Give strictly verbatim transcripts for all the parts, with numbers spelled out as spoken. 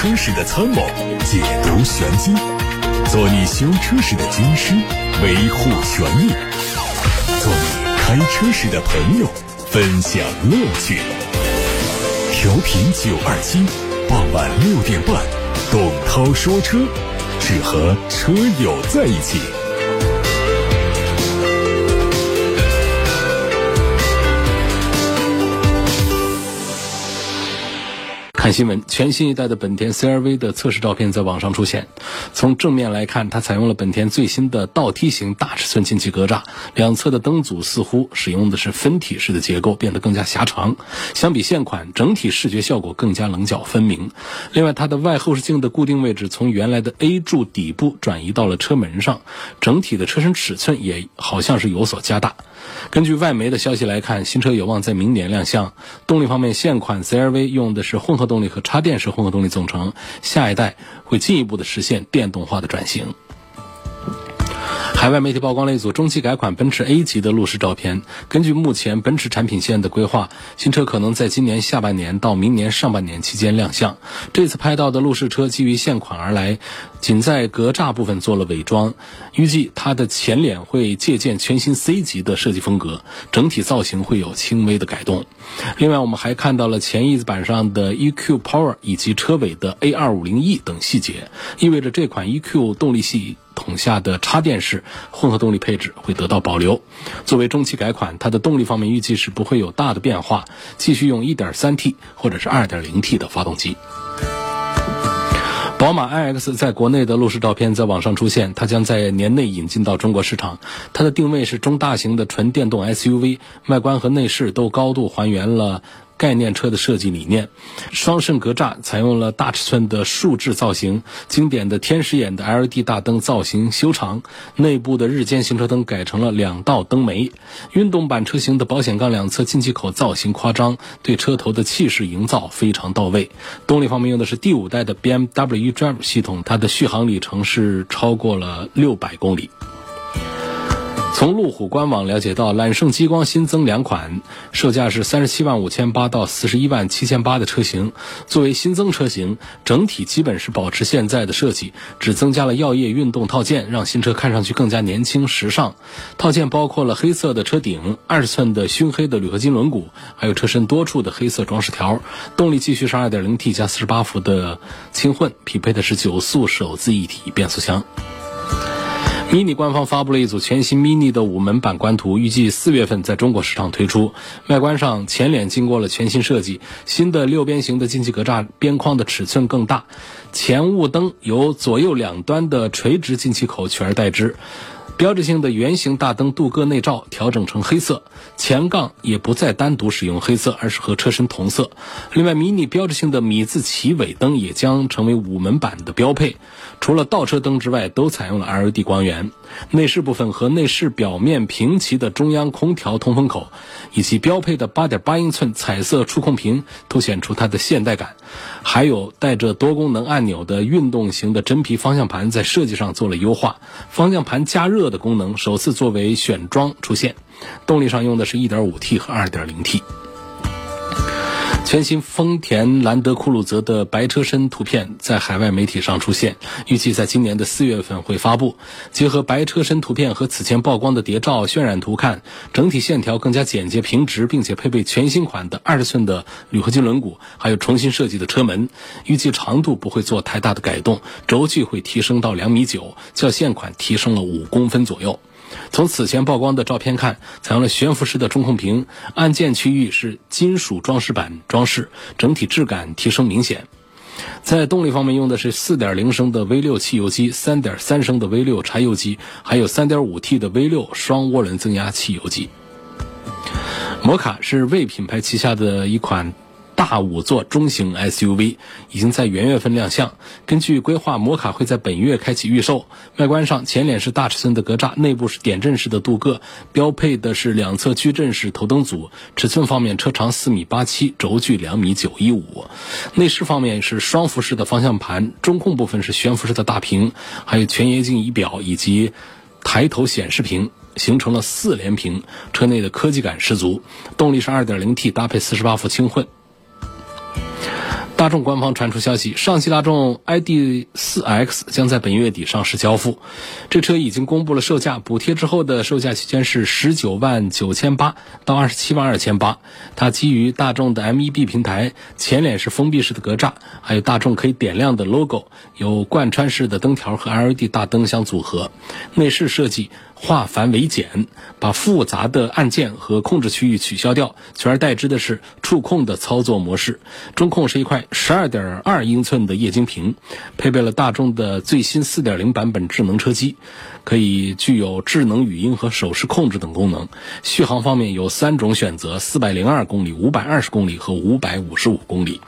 车时的参谋，解读玄机，做你修车时的军师，维护权益，做你开车时的朋友，分享乐趣。调频九二七，傍晚六点半，董涛说车，只和车友在一起。 看新闻，全新一代的本田 C R V 的测试照片在网上出现。从正面来看，它采用了本田最新的倒梯形大尺寸进气格栅，两侧的灯组似乎使用的是分体式的结构，变得更加狭长。相比现款，整体视觉效果更加棱角分明。另外，它的外后视镜的固定位置从原来的 A 柱底部转移到了车门上，整体的车身尺寸也好像是有所加大。根据外媒的消息来看，新车有望在明年亮相。动力方面，现款 C R V 用的是混合动力和插电式混合动力总成，下一代会进一步的实现电动化的转型。海外媒体曝光了一组中期改款奔驰 A 级的路试照片。根据目前奔驰产品线的规划，新车可能在今年下半年到明年上半年期间亮相。这次拍到的路试车基于现款而来，仅在格栅部分做了伪装，预计它的前脸会借鉴全新 C 级的设计风格，整体造型会有轻微的改动。另外，我们还看到了前翼子板上的 E Q Power 以及车尾的 A 二五零 E 等细节，意味着这款 E Q 动力系统下的插电式混合动力配置会得到保留。作为中期改款，它的动力方面预计是不会有大的变化，继续用 一点三 T 或者是 二点零 T 的发动机。宝马 I X 在国内的路试照片在网上出现，它将在年内引进到中国市场。它的定位是中大型的纯电动 S U V， 外观和内饰都高度还原了概念车的设计理念。双肾格栅采用了大尺寸的竖置造型，经典的天使眼的 L E D 大灯造型修长，内部的日间行车灯改成了两道灯眉。运动版车型的保险杠两侧进气口造型夸张，对车头的气势营造非常到位。动力方面用的是第五代的 B M W eDrive 系统，它的续航里程是超过了六百公里。从路虎官网了解到，揽胜激光新增两款，售价是三十七万五千八到四十一万七千八的车型。作为新增车型，整体基本是保持现在的设计，只增加了耀夜运动套件，让新车看上去更加年轻时尚。套件包括了黑色的车顶、二十寸的熏黑的铝合金轮毂，还有车身多处的黑色装饰条。动力继续是 二点零 T 加四十八伏的轻混，匹配的是九速手自一体变速箱。Mini 官方发布了一组全新 Mini 的五门版官图，预计四月份在中国市场推出。外观上，前脸经过了全新设计，新的六边形的进气格栅边框的尺寸更大，前雾灯由左右两端的垂直进气口取而代之。标志性的圆形大灯镀铬内罩调整成黑色，前杠也不再单独使用黑色，而是和车身同色。另外 Mini 标志性的米字旗尾灯也将成为五门版的标配，除了倒车灯之外都采用了 L E D 光源。内饰部分和内饰表面平齐的中央空调通风口以及标配的 八点八英寸彩色触控屏凸显出它的现代感，还有带着多功能按钮的运动型的真皮方向盘在设计上做了优化，方向盘加热的功能首次作为选装出现。动力上用的是 一点五 T 和 二点零 T。全新丰田兰德酷路泽的白车身图片在海外媒体上出现，预计在今年的四月份会发布。结合白车身图片和此前曝光的谍照渲染图看，整体线条更加简洁平直，并且配备全新款的二十寸的铝合金轮毂，还有重新设计的车门。预计长度不会做太大的改动，轴距会提升到两米九，较现款提升了五公分左右。从此前曝光的照片看，采用了悬浮式的中控屏，按键区域是金属装饰板装饰，整体质感提升明显。在动力方面用的是 四点零 升的 V 六 汽油机， 三点三 升的 V 六 柴油机，还有 三点五 T 的 V 六 双涡轮增压汽油机。摩卡是魏品牌旗下的一款大五座中型 S U V， 已经在元月份亮相。根据规划，摩卡会在本月开启预售。外观上，前脸是大尺寸的格栅，内部是点阵式的镀铬，标配的是两侧矩阵式头灯组。尺寸方面，车长四米八七，轴距两米九一五。内饰方面是双辐式的方向盘，中控部分是悬浮式的大屏，还有全液晶仪表以及抬头显示屏，形成了四连屏，车内的科技感十足。动力是 二点零 T 搭配四十八伏轻混。 大众官方传出消息，上汽大众 I D 四 X 将在本月底上市交付。这车已经公布了售价，补贴之后的售价区间是十九万九千八到二十七万二千八。它基于大众的 M E B 平台，前脸是封闭式的格栅，还有大众可以点亮的 logo， 有贯穿式的灯条和 L E D 大灯相组合。内饰设计化繁为简，把复杂的按键和控制区域取消掉，取而代之的是触控的操作模式。中控是一块 十二点二英寸的液晶屏，配备了大众的最新 四点零 版本智能车机，可以具有智能语音和手势控制等功能。续航方面有三种选择，四百零二公里、五百二十公里和五百五十五公里。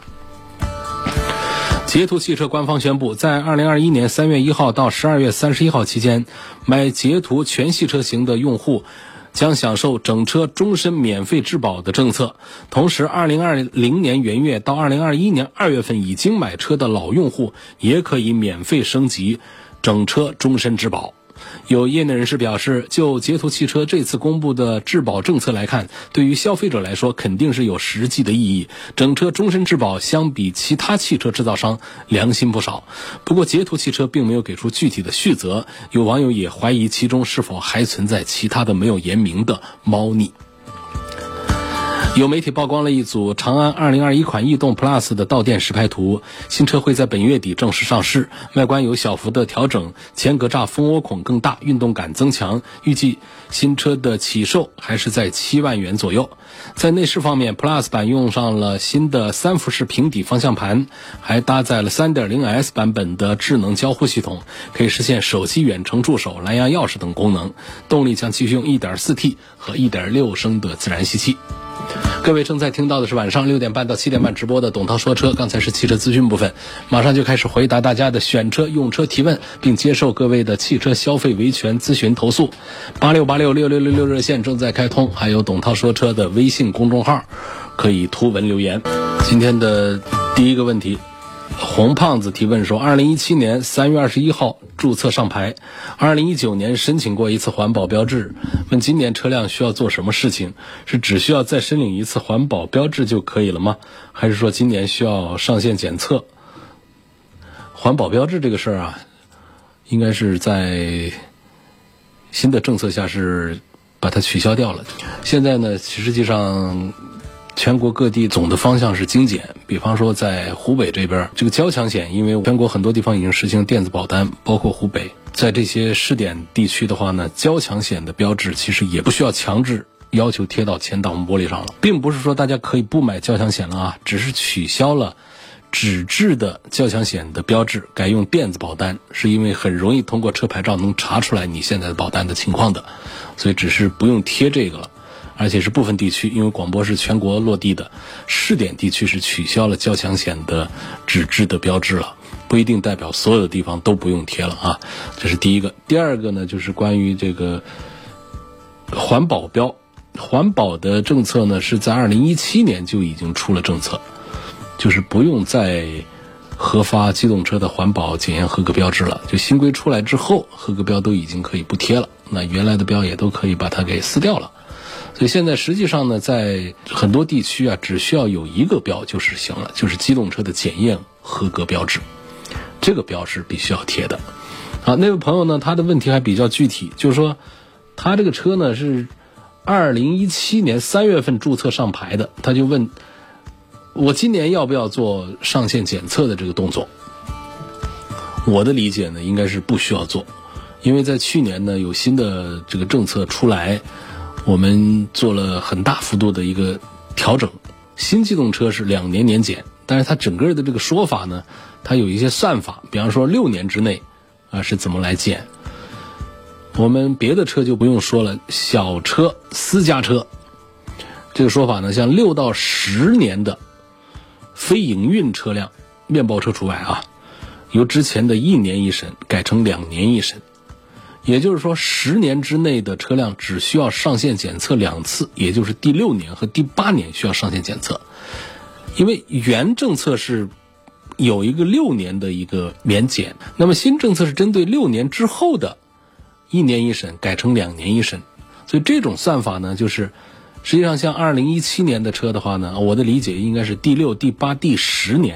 捷途汽车官方宣布，在二零二一年三月一号到十二月三十一号期间，买捷途全系车型的用户将享受整车终身免费质保的政策。同时二零二零年元月到二零二一年二月份已经买车的老用户也可以免费升级整车终身质保。有业内人士表示，就捷途汽车这次公布的质保政策来看，对于消费者来说肯定是有实际的意义。整车终身质保相比其他汽车制造商良心不少。不过捷途汽车并没有给出具体的续责，有网友也怀疑其中是否还存在其他的没有言明的猫腻。有媒体曝光了一组长安二零二一款逸动 Plus 的到店实拍图，新车会在本月底正式上市，外观有小幅的调整，前格栅蜂窝孔更大，运动感增强，预计新车的起售还是在七万元左右。在内饰方面 Plus 版用上了新的三幅式平底方向盘，还搭载了 三点零 S 版本的智能交互系统，可以实现手机远程助手、蓝牙钥匙等功能。动力将继续用 一点四 T 和 一点六升的自然吸气。各位正在听到的是晚上六点半到七点半直播的董涛说车，刚才是汽车资讯部分，马上就开始回答大家的选车用车提问，并接受各位的汽车消费维权咨询投诉。八六八六六六六六热线正在开通，还有董涛说车的微信公众号可以图文留言。今天的第一个问题，红胖子提问说，二零一七年三月二十一号注册上牌，二零一九年申请过一次环保标志，问今年车辆需要做什么事情？是只需要再申领一次环保标志就可以了吗？还是说今年需要上线检测？环保标志这个事儿啊，应该是在新的政策下是把它取消掉了。现在呢，实际上全国各地总的方向是精简，比方说在湖北这边，这个交强险，因为全国很多地方已经实行电子保单，包括湖北，在这些试点地区的话呢，交强险的标志其实也不需要强制要求贴到前挡风玻璃上了，并不是说大家可以不买交强险了啊，只是取消了纸质的交强险的标志，改用电子保单，是因为很容易通过车牌照能查出来你现在的保单的情况的，所以只是不用贴这个了。而且是部分地区，因为广播是全国落地的，试点地区是取消了交强险的纸质的标志了，不一定代表所有的地方都不用贴了啊。这是第一个。第二个呢，就是关于这个环保标，环保的政策呢是在二零一七年就已经出了政策，就是不用再核发机动车的环保检验合格标志了，就新规出来之后，合格标都已经可以不贴了，那原来的标也都可以把它给撕掉了。所以现在实际上呢，在很多地区啊，只需要有一个标就是行了，就是机动车的检验合格标志，这个标是必须要贴的。啊，那位朋友呢，他的问题还比较具体，就是说他这个车呢是二零一七年三月份注册上牌的，他就问我今年要不要做上线检测的这个动作。我的理解呢，应该是不需要做，因为在去年呢有新的这个政策出来，我们做了很大幅度的一个调整，新机动车是两年年检，但是它整个的这个说法呢，它有一些算法，比方说六年之内啊是怎么来检。我们别的车就不用说了，小车、私家车这个说法呢，像六到十年的非营运车辆，面包车除外啊，由之前的一年一审改成两年一审。也就是说，十年之内的车辆只需要上线检测两次，也就是第六年和第八年需要上线检测。因为原政策是有一个六年的一个免检，那么新政策是针对六年之后的一年一审改成两年一审，所以这种算法呢，就是实际上像二零一七年的车的话呢，我的理解应该是第六、第八、第十年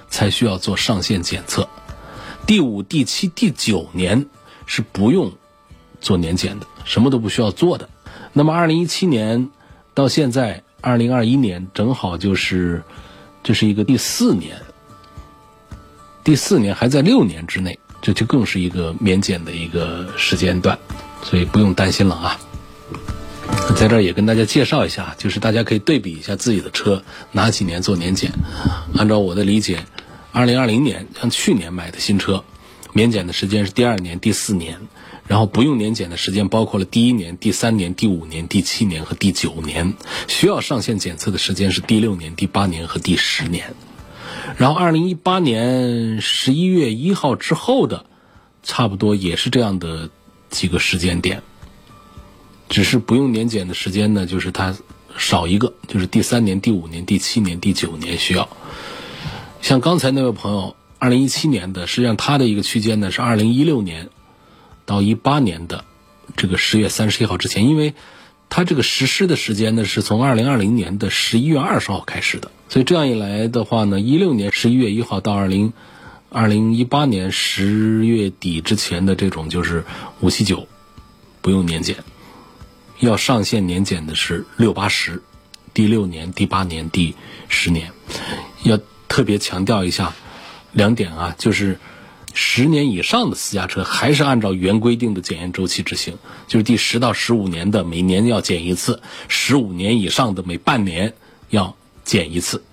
才需要做上线检测。第五、第七、第九年是不用做年检的，什么都不需要做的。那么二零一七年到现在二零二一年，正好就是这是一个第四年，第四年还在六年之内，这就更是一个免检的一个时间段，所以不用担心了啊。在这儿也跟大家介绍一下，就是大家可以对比一下自己的车哪几年做年检。按照我的理解，二零二零年像去年买的新车，免检的时间是第二年、第四年，然后不用年检的时间包括了第一年、第三年、第五年、第七年和第九年，需要上线检测的时间是第六年、第八年和第十年。然后二零一八年十一月一号之后的差不多也是这样的几个时间点，只是不用年检的时间呢，就是它少一个，就是第三年、第五年、第七年、第九年需要。像刚才那位朋友二零一七年的，实际上他的一个区间呢是二零一六年到一八年的这个十月三十一号之前，因为他这个实施的时间呢是从二零二零年的十一月二十号开始的，所以这样一来的话呢，一六年十一月一号到二零二零一八年十月底之前的这种就是五七九不用年检，要上线年检的是六八十，第六年、第八年、第十年。要特别强调一下两点啊，就是十年以上的私家车还是按照原规定的检验周期执行，就是第十到十五年的每年要检一次，十五年以上的每半年要检一次。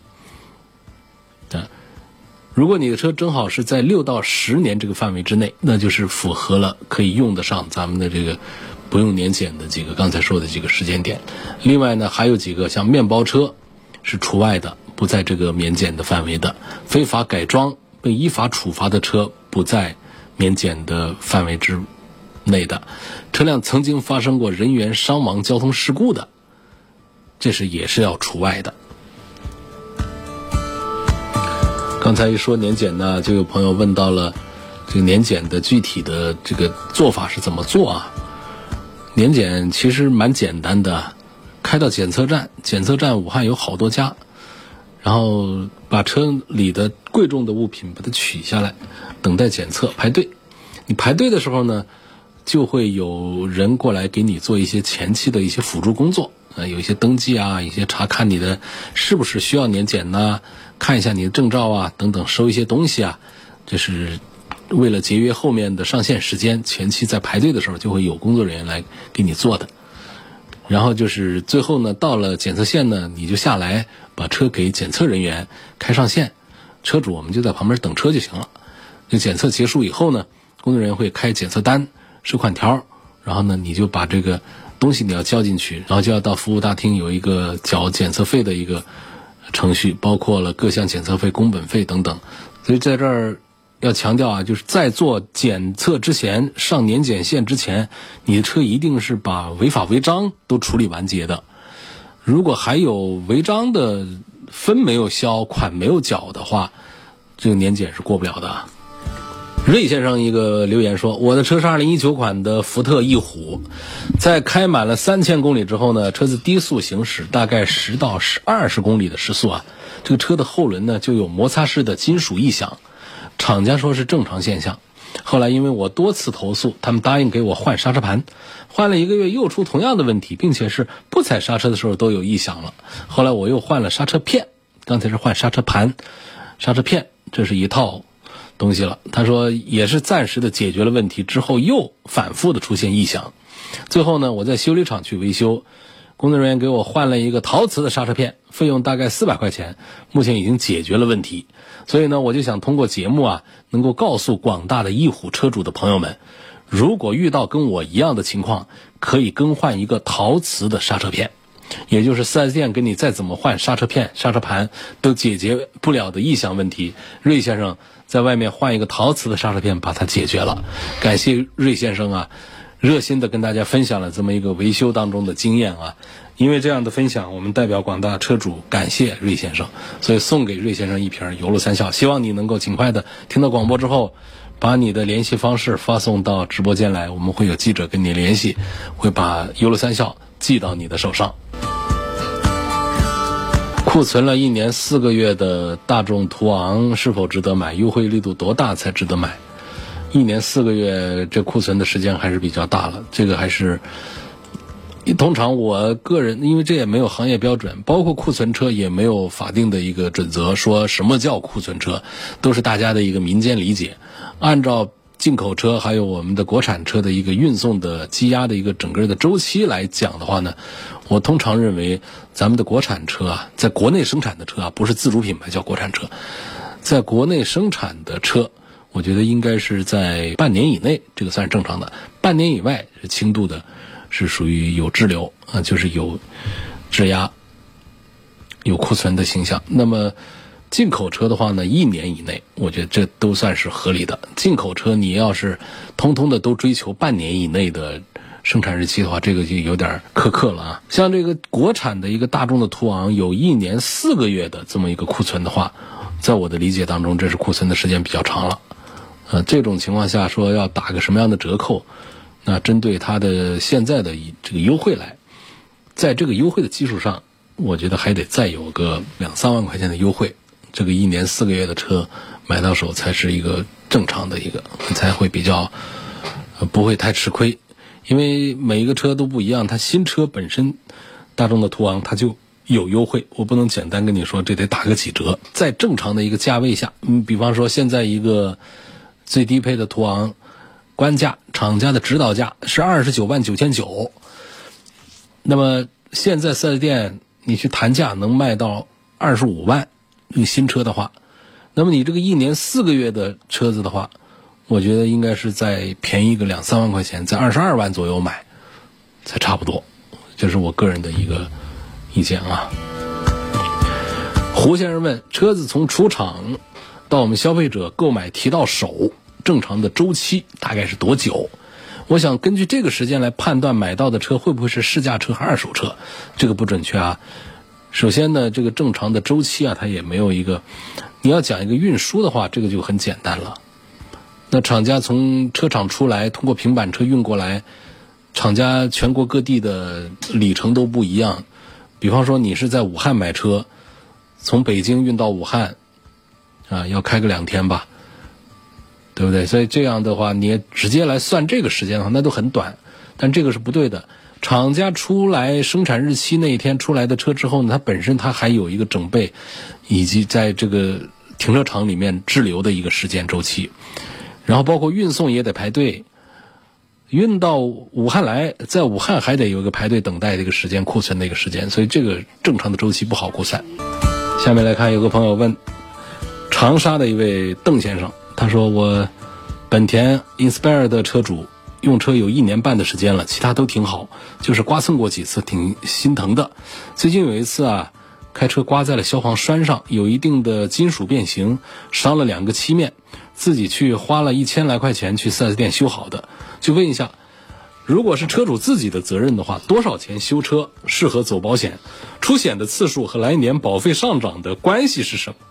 如果你的车正好是在六到十年这个范围之内，那就是符合了可以用得上咱们的这个不用年检的几个刚才说的几个时间点。另外呢，还有几个像面包车是除外的，不在这个免检的范围的。非法改装被依法处罚的车不在免检的范围之内的。车辆曾经发生过人员伤亡交通事故的，这是也是要除外的。刚才一说年检呢，就有朋友问到了这个年检的具体的这个做法是怎么做啊？年检其实蛮简单的，开到检测站，检测站武汉有好多家，然后把车里的贵重的物品把它取下来，等待检测，排队。你排队的时候呢，就会有人过来给你做一些前期的一些辅助工作，呃，有一些登记啊，一些查看你的是不是需要年检呢，看一下你的证照啊等等，收一些东西啊，这是为了节约后面的上线时间，前期在排队的时候就会有工作人员来给你做的。然后就是最后呢，到了检测线呢，你就下来把车给检测人员开上线，车主我们就在旁边等车就行了。这检测结束以后呢，工作人员会开检测单、收款条，然后呢你就把这个东西你要交进去，然后就要到服务大厅有一个缴检测费的一个程序，包括了各项检测费、工本费等等。所以在这儿要强调啊，就是在做检测之前，上年检线之前，你的车一定是把违法违章都处理完结的。如果还有违章的分没有销、款没有缴的话，这个年检是过不了的。瑞先生一个留言说，我的车是二零一九款的福特翼虎，在开满了三千公里之后呢，车子低速行驶，大概十到二十公里的时速啊，这个车的后轮呢就有摩擦式的金属异响，厂家说是正常现象。后来因为我多次投诉，他们答应给我换刹车盘，换了一个月又出同样的问题，并且是不踩刹车的时候都有异响了。后来我又换了刹车片，刚才是换刹车盘，刹车片这是一套东西了。他说也是暂时的解决了问题之后又反复的出现异响，最后呢我在修理厂去维修，工作人员给我换了一个陶瓷的刹车片，费用大概四百块钱，目前已经解决了问题。所以呢我就想通过节目啊，能够告诉广大的翼虎车主的朋友们，如果遇到跟我一样的情况，可以更换一个陶瓷的刹车片，也就是 四 S 店给你再怎么换刹车片、刹车盘都解决不了的异响问题，瑞先生在外面换一个陶瓷的刹车片把它解决了。感谢瑞先生啊，热心的跟大家分享了这么一个维修当中的经验啊。因为这样的分享，我们代表广大车主感谢瑞先生，所以送给瑞先生一瓶油路三效。希望你能够尽快的听到广播之后，把你的联系方式发送到直播间来，我们会有记者跟你联系，会把油路三效寄到你的手上。 库存了一年四个月的大众途昂是否值得买？优惠力度多大才值得买？一年四个月，这库存的时间还是比较大了。这个还是通常我个人，因为这也没有行业标准，包括库存车也没有法定的一个准则，说什么叫库存车，都是大家的一个民间理解。按照进口车还有我们的国产车的一个运送的积压的一个整个的周期来讲的话呢，我通常认为咱们的国产车啊，在国内生产的车啊，不是自主品牌叫国产车，在国内生产的车，我觉得应该是在半年以内，这个算是正常的。半年以外是轻度的，是属于有滞留啊，就是有质押、有库存的倾向。那么进口车的话呢，一年以内，我觉得这都算是合理的。进口车你要是通通的都追求半年以内的生产日期的话，这个就有点苛刻了啊。像这个国产的一个大众的途昂，有一年四个月的这么一个库存的话，在我的理解当中，这是库存的时间比较长了。呃，这种情况下说要打个什么样的折扣，那针对它的现在的这个优惠来，在这个优惠的基础上，我觉得还得再有个两三万块钱的优惠。这个一年四个月的车买到手才是一个正常的一个，才会比较、呃、不会太吃亏。因为每一个车都不一样，它新车本身大众的途昂它就有优惠，我不能简单跟你说这得打个几折。在正常的一个价位下，嗯，比方说现在一个最低配的途昂官价厂家的指导价是二十九万九千九，那么现在四 S 店你去谈价能卖到二十五万，这个新车的话，那么你这个一年四个月的车子的话，我觉得应该是再便宜个两三万块钱，在二十二万左右买才差不多，这是我个人的一个意见啊。胡先生问，车子从出厂到我们消费者购买提到手，正常的周期大概是多久？我想根据这个时间来判断买到的车会不会是试驾车和二手车，这个不准确啊。首先呢，这个正常的周期啊，它也没有一个，你要讲一个运输的话，这个就很简单了。那厂家从车厂出来，通过平板车运过来，厂家全国各地的里程都不一样。比方说你是在武汉买车，从北京运到武汉啊，要开个两天吧，对不对？所以这样的话，你也直接来算这个时间的话，那都很短，但这个是不对的。厂家出来生产日期那一天出来的车之后呢，它本身它还有一个整备以及在这个停车场里面滞留的一个时间周期，然后包括运送也得排队，运到武汉来，在武汉还得有一个排队等待的一个时间，库存的一个时间，所以这个正常的周期不好估算。下面来看，有个朋友问，长沙的一位邓先生，他说我本田 Inspire 的车主，用车有一年半的时间了，其他都挺好，就是刮蹭过几次，挺心疼的。最近有一次啊，开车刮在了消防栓上，有一定的金属变形，伤了两个漆面，自己去花了一千来块钱去 四 S 店修好的。就问一下，如果是车主自己的责任的话，多少钱修车适合走保险？出险的次数和来年保费上涨的关系是什么？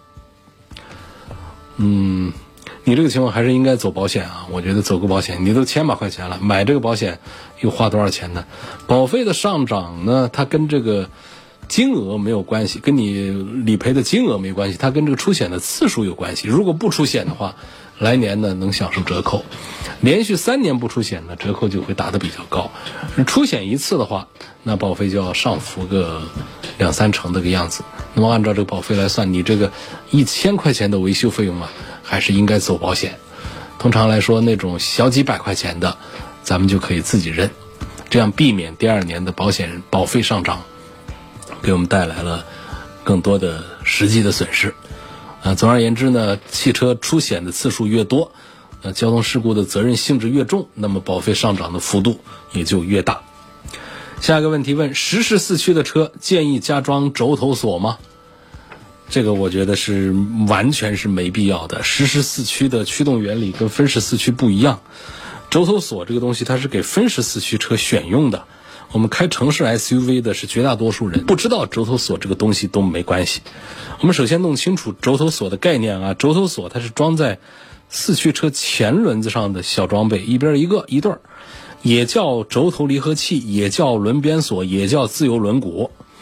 嗯。你这个情况还是应该走保险啊，我觉得走个保险，你都千把块钱了，买这个保险又花多少钱呢？保费的上涨呢，它跟这个金额没有关系，跟你理赔的金额没关系，它跟这个出险的次数有关系。如果不出险的话，来年呢能享受折扣，连续三年不出险呢，折扣就会打得比较高。出险一次的话，那保费就要上浮个两三成的个样子。那么按照这个保费来算，你这个一千块钱的维修费用啊，还是应该走保险。通常来说，那种小几百块钱的，咱们就可以自己认，这样避免第二年的保险保费上涨，给我们带来了更多的实际的损失。啊，总而言之呢，汽车出险的次数越多，呃，交通事故的责任性质越重，那么保费上涨的幅度也就越大。下一个问题问，时时四驱的车建议加装轴头锁吗？这个我觉得是完全是没必要的。时时四驱的驱动原理跟分时四驱不一样，轴头锁这个东西它是给分时四驱车选用的。我们开城市 S U V 的是绝大多数人不知道轴头锁这个东西都没关系。我们首先弄清楚轴头锁的概念啊，轴头锁它是装在四驱车前轮子上的小装备，一边一个一对儿，也叫轴头离合器，也叫轮边锁，也叫自由轮毂。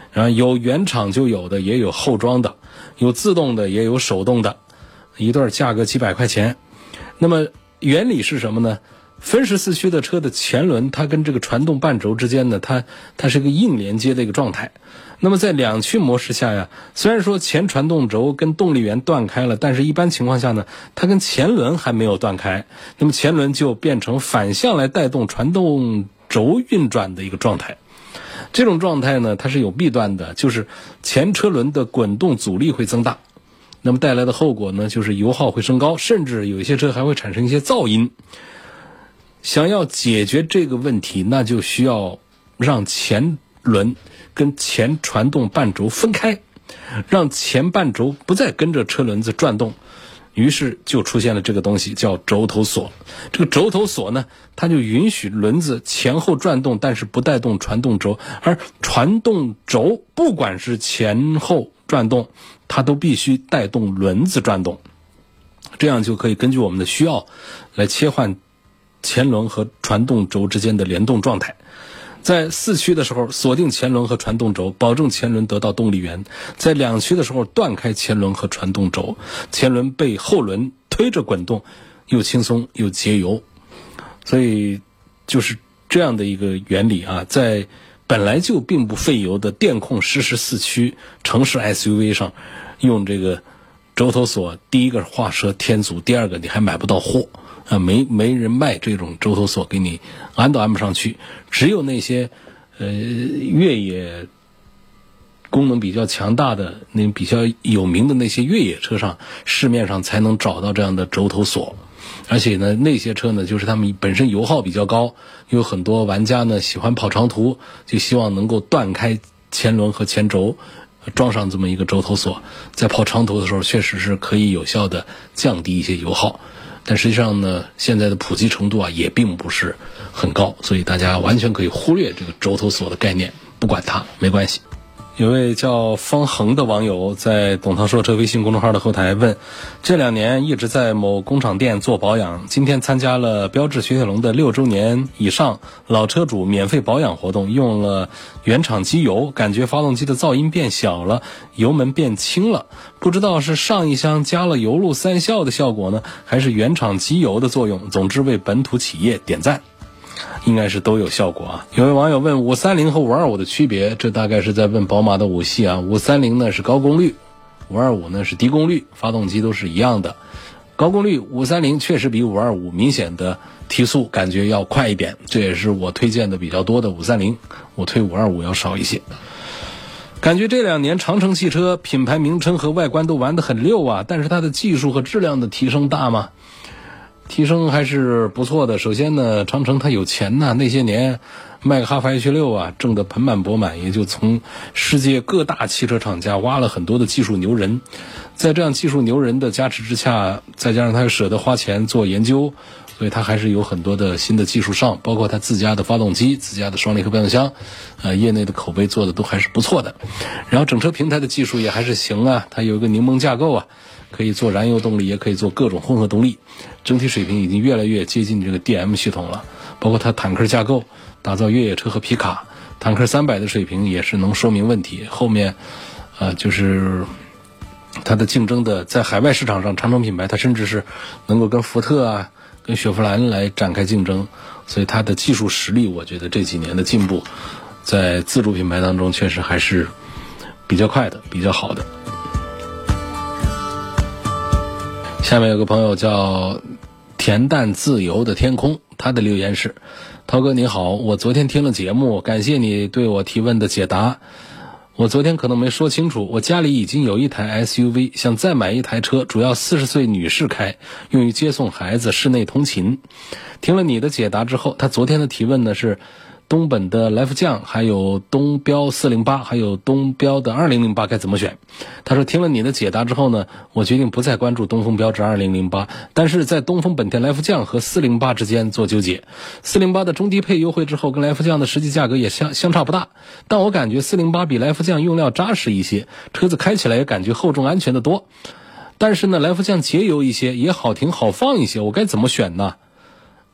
然后有原厂就有的，也有后装的，有自动的也有手动的，一对价格几百块钱。那么原理是什么呢？分时四驱的车的前轮它跟这个传动半轴之间呢，它它是个硬连接的一个状态。那么在两驱模式下呀，虽然说前传动轴跟动力源断开了，但是一般情况下呢，它跟前轮还没有断开，那么前轮就变成反向来带动传动轴运转的一个状态。这种状态呢，它是有弊端的，就是前车轮的滚动阻力会增大，那么带来的后果呢，就是油耗会升高，甚至有一些车还会产生一些噪音。想要解决这个问题，那就需要让前轮跟前传动半轴分开，让前半轴不再跟着车轮子转动。于是就出现了这个东西叫轴头锁。这个轴头锁呢，它就允许轮子前后转动，但是不带动传动轴，而传动轴不管是前后转动，它都必须带动轮子转动。这样就可以根据我们的需要来切换前轮和传动轴之间的联动状态。在四驱的时候锁定前轮和传动轴，保证前轮得到动力源；在两驱的时候断开前轮和传动轴，前轮被后轮推着滚动，又轻松又节油。所以就是这样的一个原理啊，在本来就并不费油的电控实时四驱城市 S U V 上用这个轴头锁，第一个画蛇添足，第二个你还买不到货啊，没没人卖这种轴头锁给你安都安不上去，只有那些呃越野功能比较强大的、那比较有名的那些越野车上，市面上才能找到这样的轴头锁。而且呢，那些车呢，就是他们本身油耗比较高，有很多玩家呢喜欢跑长途，就希望能够断开前轮和前轴，装上这么一个轴头锁，在跑长途的时候确实是可以有效的降低一些油耗。但实际上呢，现在的普及程度啊也并不是很高，所以大家完全可以忽略这个轴头锁的概念，不管它没关系。有位叫方恒的网友在董涛说车微信公众号的后台问，这两年一直在某工厂店做保养，今天参加了标致雪铁龙的六周年以上老车主免费保养活动，用了原厂机油，感觉发动机的噪音变小了，油门变轻了，不知道是上一箱加了油路三效的效果呢，还是原厂机油的作用，总之为本土企业点赞。应该是都有效果啊。有位网友问五三零和五二五的区别，这大概是在问宝马的五系啊。五三零呢是高功率，五二五呢是低功率，发动机都是一样的。高功率五三零确实比五二五明显的提速感觉要快一点，这也是我推荐的比较多的五三零，我推五二五要少一些。感觉这两年长城汽车品牌名称和外观都玩得很溜啊，但是它的技术和质量的提升大吗？提升还是不错的。首先呢，长城它有钱呐，那些年卖个哈弗 H 六啊，挣得盆满钵满，也就从世界各大汽车厂家挖了很多的技术牛人。在这样技术牛人的加持之下，再加上他又舍得花钱做研究，所以他还是有很多的新的技术上，包括他自家的发动机、自家的双离合变速箱，呃，业内的口碑做的都还是不错的。然后整车平台的技术也还是行啊，它有一个柠檬架构啊，可以做燃油动力，也可以做各种混合动力，整体水平已经越来越接近这个 D M 系统了。包括它坦克架构，打造越野车和皮卡，坦克三百的水平也是能说明问题。后面呃就是它的竞争的，在海外市场上，长城品牌它甚至是能够跟福特啊、跟雪佛兰来展开竞争，所以它的技术实力，我觉得这几年的进步，在自主品牌当中确实还是比较快的、比较好的。下面有个朋友叫恬淡自由的天空，他的留言是：涛哥你好，我昨天听了节目，感谢你对我提问的解答。我昨天可能没说清楚，我家里已经有一台 S U V， 想再买一台车，主要四十岁女士开，用于接送孩子、室内通勤。听了你的解答之后，他昨天的提问呢是东本的来福将，还有东标四零八，还有东标的二零零八该怎么选？他说听了你的解答之后呢，我决定不再关注东风标致二零零八，但是在东风本田来福将和四零八之间做纠结。四零八的中低配优惠之后，跟来福将的实际价格也相相差不大，但我感觉四零八比来福将用料扎实一些，车子开起来也感觉厚重安全的多。但是呢，来福将节油一些，也好停好放一些，我该怎么选呢？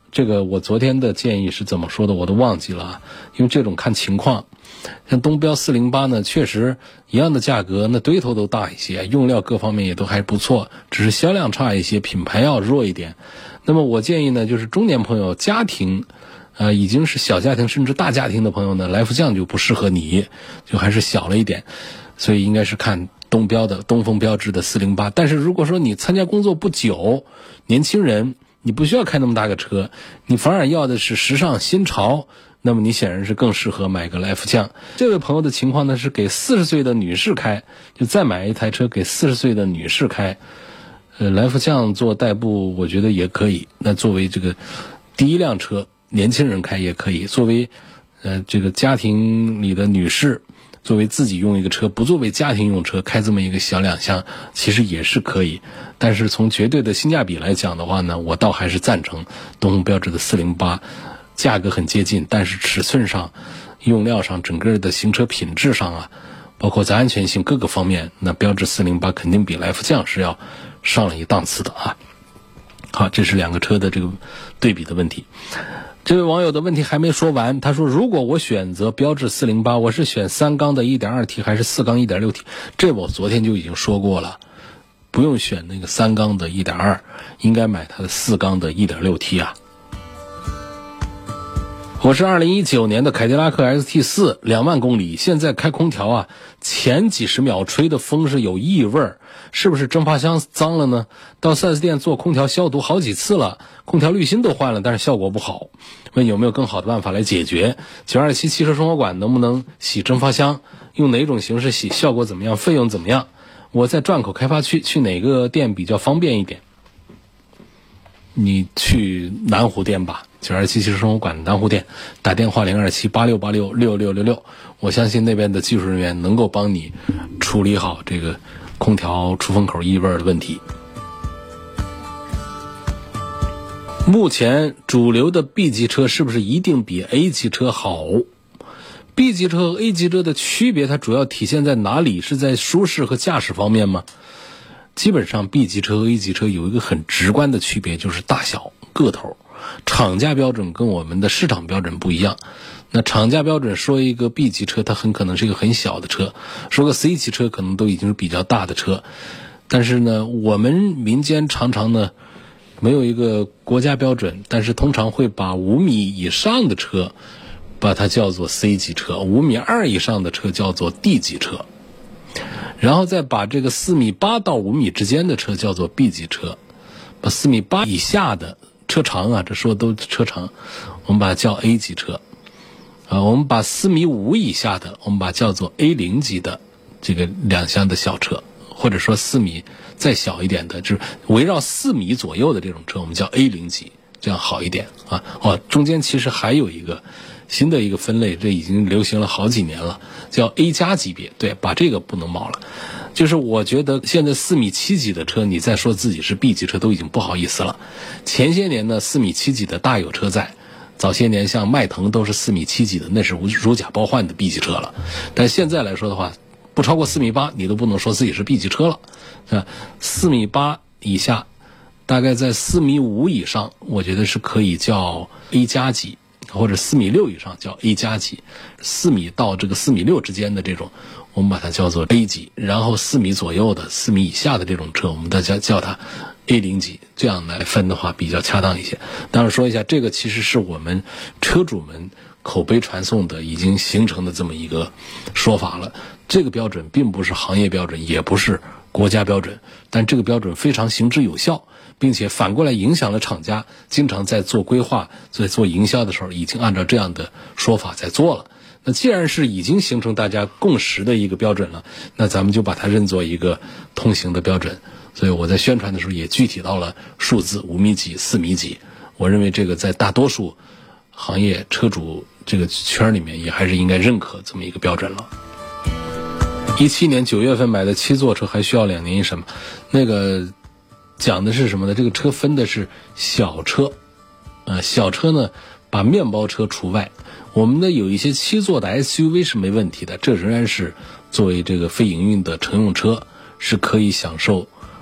这个我昨天的建议是怎么说的我都忘记了啊，因为这种看情况。像东标四零八呢，确实一样的价格，那堆头都大一些，用料各方面也都还不错，只是销量差一些，品牌要弱一点。那么我建议呢，就是中年朋友、家庭呃，已经是小家庭甚至大家庭的朋友呢，来福将就不适合你，就还是小了一点，所以应该是看东标的东风标致的四零八。但是如果说你参加工作不久，年轻人，你不需要开那么大个车，你反而要的是时尚新潮，那么你显然是更适合买个来福将。这位朋友的情况呢，是给四十岁的女士开，就再买一台车给四十岁的女士开。呃，来福将做代步我觉得也可以，那作为这个第一辆车年轻人开也可以，作为呃这个家庭里的女士，作为自己用一个车，不作为家庭用车开这么一个小两厢，其实也是可以。但是从绝对的性价比来讲的话呢，我倒还是赞成东风标致的四零八，价格很接近，但是尺寸上、用料上、整个的行车品质上啊，包括在安全性各个方面，那标致四零八肯定比来福将是要上了一档次的啊。好，这是两个车的这个对比的问题。这位网友的问题还没说完，他说如果我选择标致四零八，我是选三缸的 一点二 T 还是四缸 一点六 T？ 这我昨天就已经说过了，不用选那个三缸的 一点二， 应该买它的四缸的 一点六 T 啊。我是二零一九年的凯迪拉克 X T 四， 两万公里，现在开空调啊，前几十秒吹的风是有异味，是不是蒸发箱脏了呢？到 四 S 店做空调消毒好几次了，空调滤芯都换了，但是效果不好，问有没有更好的办法来解决。九二七汽车生活馆能不能洗蒸发箱，用哪种形式洗，效果怎么样，费用怎么样？我在转口开发区，去哪个店比较方便一点？你去南湖店吧，九二七汽车生活馆南湖店，打电话零二七八六八六六六六六，我相信那边的技术人员能够帮你处理好这个空调出风口异味的问题。目前主流的 B 级车是不是一定比 A 级车好？ B 级车和 A 级车的区别，它主要体现在哪里？是在舒适和驾驶方面吗？基本上 B 级车和 A 级车有一个很直观的区别，就是大小个头。厂家标准跟我们的市场标准不一样。那厂家标准说一个 B 级车，它很可能是一个很小的车，说个 C 级车可能都已经是比较大的车。但是呢，我们民间常常呢没有一个国家标准，但是通常会把五米以上的车把它叫做 C 级车，五米二以上的车叫做 D 级车，然后再把这个四米八到五米之间的车叫做 B 级车，把四米八以下的车长啊，这说都车长，我们把它叫 A 级车啊，我们把四米五以下的，我们把它叫做 A 零级的这个两厢的小车，或者说四米再小一点的，就是围绕四米左右的这种车，我们叫 A 零级，这样好一点啊。哦，中间其实还有一个新的一个分类，这已经流行了好几年了，叫 A 加级别。对，把这个不能冒了。就是我觉得现在四米七级的车，你再说自己是 B 级车都已经不好意思了。前些年呢，四米七级的大有车在，早些年像迈腾都是四米七级的，那是如假包换的 B 级车了。但现在来说的话，不超过四米八，你都不能说自己是 B 级车了。啊，四米八以下，大概在四米五以上，我觉得是可以叫 A 加级，或者四米六以上叫 A 加级，四米到这个四米六之间的这种，我们把它叫做 A 级，然后四米左右的、四米以下的这种车，我们大家叫它 A 零级，这样来分的话比较恰当一些。当然说一下，这个其实是我们车主们口碑传送的已经形成的这么一个说法了。这个标准并不是行业标准，也不是国家标准，但这个标准非常行之有效，并且反过来影响了厂家经常在做规划、在做营销的时候已经按照这样的说法在做了。那既然是已经形成大家共识的一个标准了，那咱们就把它认作一个通行的标准。所以我在宣传的时候也具体到了数字，五米几、四米几。我认为这个在大多数行业车主这个圈里面也还是应该认可这么一个标准了。一七年九月份买的七座车还需要两年一审吗？那个讲的是什么呢？这个车分的是小车，呃，小车呢把面包车除外。我们的有一些七座的 S U V 是没问题的，这仍然是作为这个非营运的乘用车，是可以享受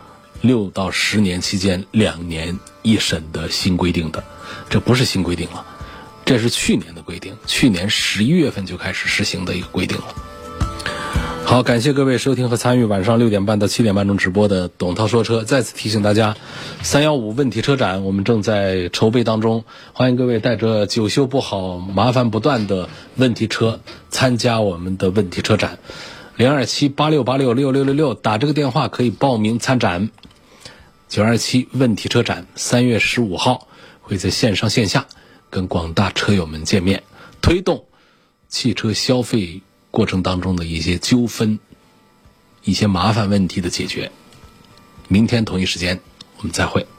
六到十年期间两年一审的新规定的。这不是新规定了，这是去年的规定，去年十一月份就开始实行的一个规定了。好，感谢各位收听和参与晚上六点半到七点半钟直播的董涛说车。再次提醒大家，三一五问题车展我们正在筹备当中，欢迎各位带着久修不好、麻烦不断的问题车参加我们的问题车展。零二七八六八六六六六六打这个电话可以报名参展。九二七问题车展三月十五号会在线上线下跟广大车友们见面，推动汽车消费过程当中的一些纠纷、一些麻烦问题的解决。明天同一时间我们再会。